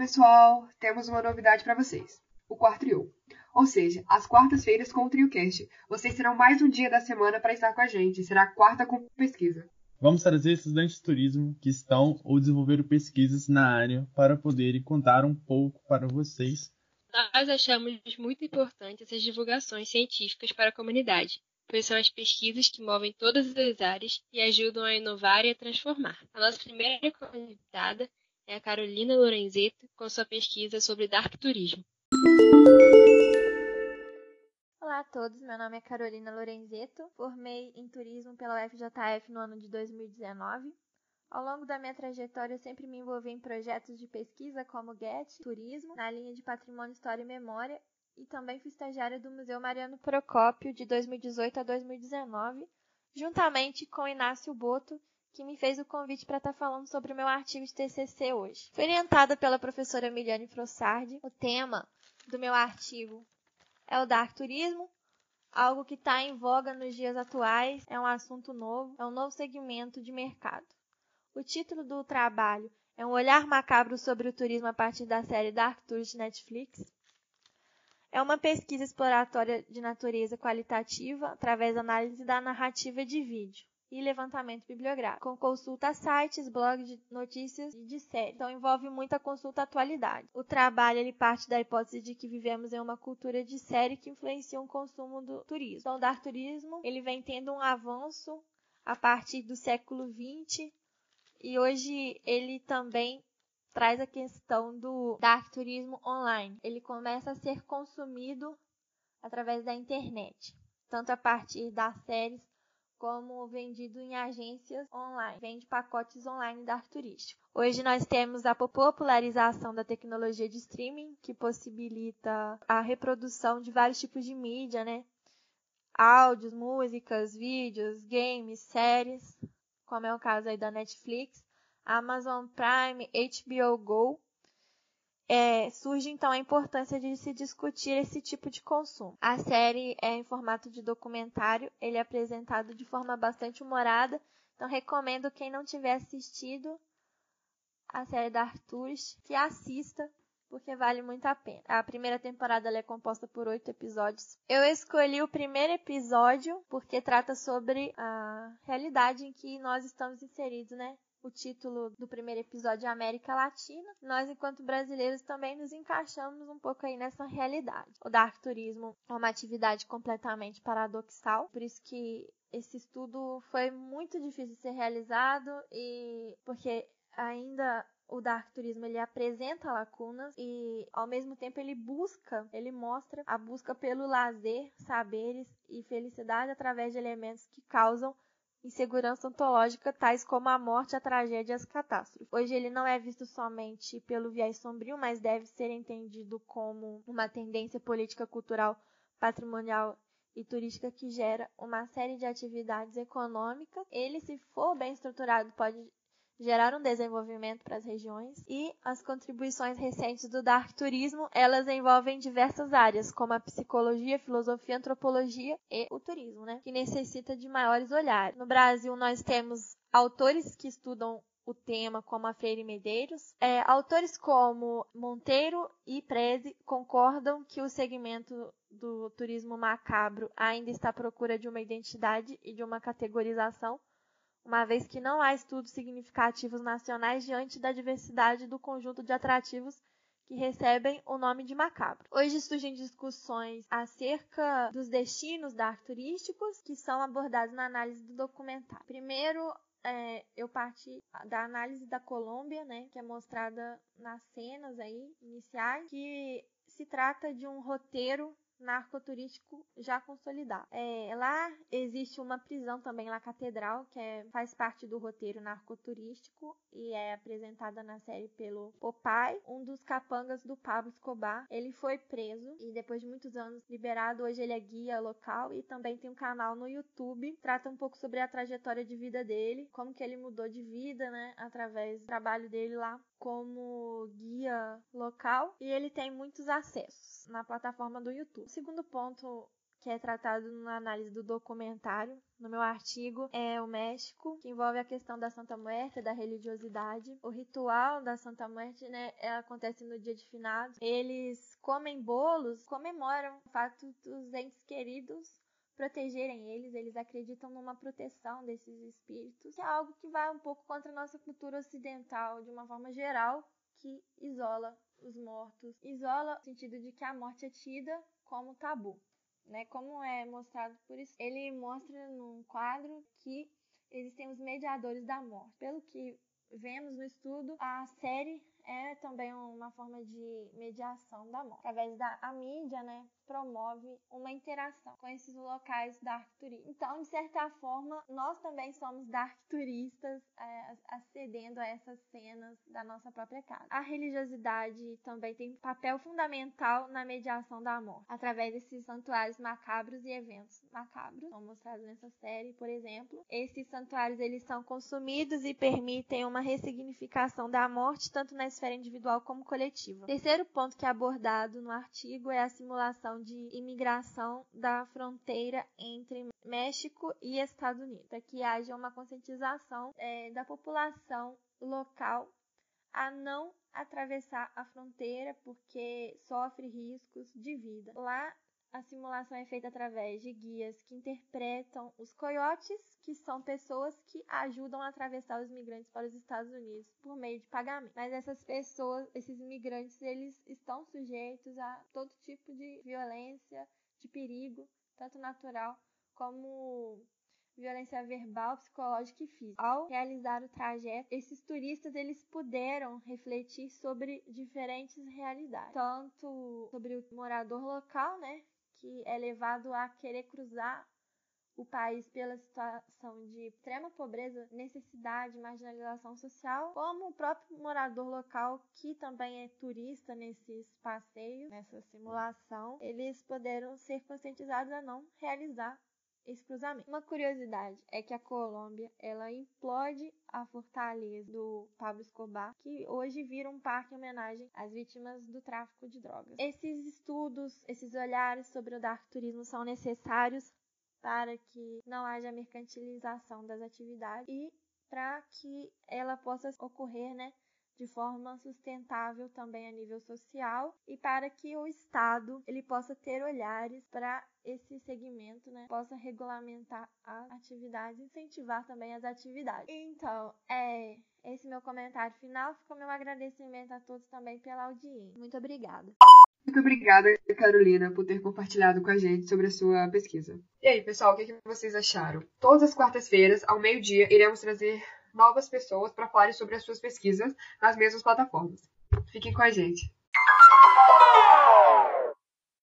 pessoal, temos uma novidade para vocês. O Quarto Trio. Ou seja, às quartas-feiras com o TrioCast. Vocês terão mais um dia da semana para estar com a gente. Será a quarta com pesquisa. Vamos trazer estudantes de turismo que estão ou desenvolveram pesquisas na área para poderem contar um pouco para vocês. Nós achamos muito importante essas divulgações científicas para a comunidade, pois são as pesquisas que movem todas as áreas e ajudam a inovar e a transformar. A nossa primeira convidada é a Carolina Lorenzetto, com sua pesquisa sobre Dark Turismo. Olá a todos, meu nome é Carolina Lorenzetto, formei em Turismo pela UFJF no ano de 2019. Ao longo da minha trajetória, eu sempre me envolvi em projetos de pesquisa como GET, Turismo, na linha de Patrimônio, História e Memória, e também fui estagiária do Museu Mariano Procópio de 2018 a 2019, juntamente com Inácio Boto, que me fez o convite para estar falando sobre o meu artigo de TCC hoje. Fui orientada pela professora Emiliane Frossardi. O tema do meu artigo é o Dark Turismo, algo que está em voga nos dias atuais, é um assunto novo, é um novo segmento de mercado. O título do trabalho é um olhar macabro sobre o turismo a partir da série Dark Tourist de Netflix. É uma pesquisa exploratória de natureza qualitativa através da análise da narrativa de vídeo e levantamento bibliográfico, com consulta a sites, blogs de notícias e de séries. Então envolve muita consulta à atualidade. O trabalho ele parte da hipótese de que vivemos em uma cultura de série que influencia o consumo do turismo. Então o Dark Turismo ele vem tendo um avanço a partir do século XX e hoje ele também traz a questão do Dark Turismo online. Ele começa a ser consumido através da internet, tanto a partir das séries como vendido em agências online. Vende pacotes online Dark Turístico. Hoje nós temos a popularização da tecnologia de streaming, que possibilita a reprodução de vários tipos de mídia, né? Áudios, músicas, vídeos, games, séries, como é o caso aí da Netflix, Amazon Prime, HBO Go. Surge então a importância de se discutir esse tipo de consumo. A série é em formato de documentário, ele é apresentado de forma bastante humorada, então recomendo quem não tiver assistido a série da Tourist que assista, porque vale muito a pena. A primeira temporada ela é composta por 8 episódios. Eu escolhi o primeiro episódio porque trata sobre a realidade em que nós estamos inseridos, né? O título do primeiro episódio é América Latina. Nós, enquanto brasileiros, também nos encaixamos um pouco aí nessa realidade. O Dark Turismo é uma atividade completamente paradoxal, por isso que esse estudo foi muito difícil de ser realizado e porque ainda o Dark Turismo ele apresenta lacunas e ao mesmo tempo ele mostra a busca pelo lazer, saberes e felicidade através de elementos que causam insegurança ontológica, tais como a morte, a tragédia e as catástrofes. Hoje ele não é visto somente pelo viés sombrio, mas deve ser entendido como uma tendência política, cultural, patrimonial e turística que gera uma série de atividades econômicas. Ele, se for bem estruturado, pode gerar um desenvolvimento para as regiões e as contribuições recentes do Dark Turismo, elas envolvem diversas áreas, como a psicologia, filosofia, antropologia e o turismo, né? Que necessita de maiores olhares. No Brasil, nós temos autores que estudam o tema, como a Freire Medeiros. Autores como Monteiro e Preze concordam que o segmento do turismo macabro ainda está à procura de uma identidade e de uma categorização, uma vez que não há estudos significativos nacionais diante da diversidade do conjunto de atrativos que recebem o nome de macabro. Hoje surgem discussões acerca dos destinos dark turísticos que são abordados na análise do documentário. Primeiro, eu parti da análise da Colômbia, né, que é mostrada nas cenas aí iniciais, que se trata de um roteiro narcoturístico já consolidado. Lá existe uma prisão também, La Catedral, que faz parte do roteiro narcoturístico e é apresentada na série pelo Popeye, um dos capangas do Pablo Escobar. Ele foi preso e depois de muitos anos liberado, hoje ele é guia local e também tem um canal no YouTube, trata um pouco sobre a trajetória de vida dele, como que ele mudou de vida, né, através do trabalho dele lá como guia local, e ele tem muitos acessos na plataforma do YouTube. O segundo ponto que é tratado na análise do documentário, no meu artigo, é o México, que envolve a questão da Santa Muerte, da religiosidade. O ritual da Santa Muerte, né, acontece no dia de finados. Eles comem bolos, comemoram o fato dos entes queridos protegerem eles acreditam numa proteção desses espíritos, que é algo que vai um pouco contra a nossa cultura ocidental, de uma forma geral, que isola os mortos. Isola no sentido de que a morte é tida como tabu, né? Como é mostrado por isso. Ele mostra num quadro que existem os mediadores da morte. Pelo que vemos no estudo, a série é também uma forma de mediação da morte. Através da mídia, né, promove uma interação com esses locais dark turísticos. Então, de certa forma, nós também somos dark turistas, acedendo a essas cenas da nossa própria casa. A religiosidade também tem papel fundamental na mediação da morte, através desses santuários macabros e eventos macabros, são mostrados nessa série, por exemplo. Esses santuários, eles são consumidos e permitem uma ressignificação da morte, tanto na esfera individual como coletiva. O terceiro ponto que é abordado no artigo é a simulação de imigração da fronteira entre México e Estados Unidos, para que haja uma conscientização da população local a não atravessar a fronteira porque sofre riscos de vida. Lá, a simulação é feita através de guias que interpretam os coiotes, que são pessoas que ajudam a atravessar os imigrantes para os Estados Unidos por meio de pagamento. Mas essas pessoas, esses imigrantes, eles estão sujeitos a todo tipo de violência, de perigo, tanto natural como violência verbal, psicológica e física. Ao realizar o trajeto, esses turistas eles puderam refletir sobre diferentes realidades, tanto sobre o morador local, né, que é levado a querer cruzar o país pela situação de extrema pobreza, necessidade, marginalização social, como o próprio morador local, que também é turista nesses passeios, nessa simulação, eles puderam ser conscientizados a não realizar esse cruzamento. Uma curiosidade é que a Colômbia, ela implode a fortaleza do Pablo Escobar, que hoje vira um parque em homenagem às vítimas do tráfico de drogas. Esses estudos, esses olhares sobre o dark turismo são necessários para que não haja mercantilização das atividades e para que ela possa ocorrer, né, de forma sustentável também a nível social e para que o Estado ele possa ter olhares para esse segmento, né, possa regulamentar a atividade, incentivar também as atividades. Então, esse meu comentário final. Fica o meu agradecimento a todos também pela audiência. Muito obrigada. Muito obrigada, Carolina, por ter compartilhado com a gente sobre a sua pesquisa. E aí, pessoal, o que vocês acharam? Todas as quartas-feiras, ao meio-dia, iremos trazer novas pessoas para falarem sobre as suas pesquisas nas mesmas plataformas. Fiquem com a gente.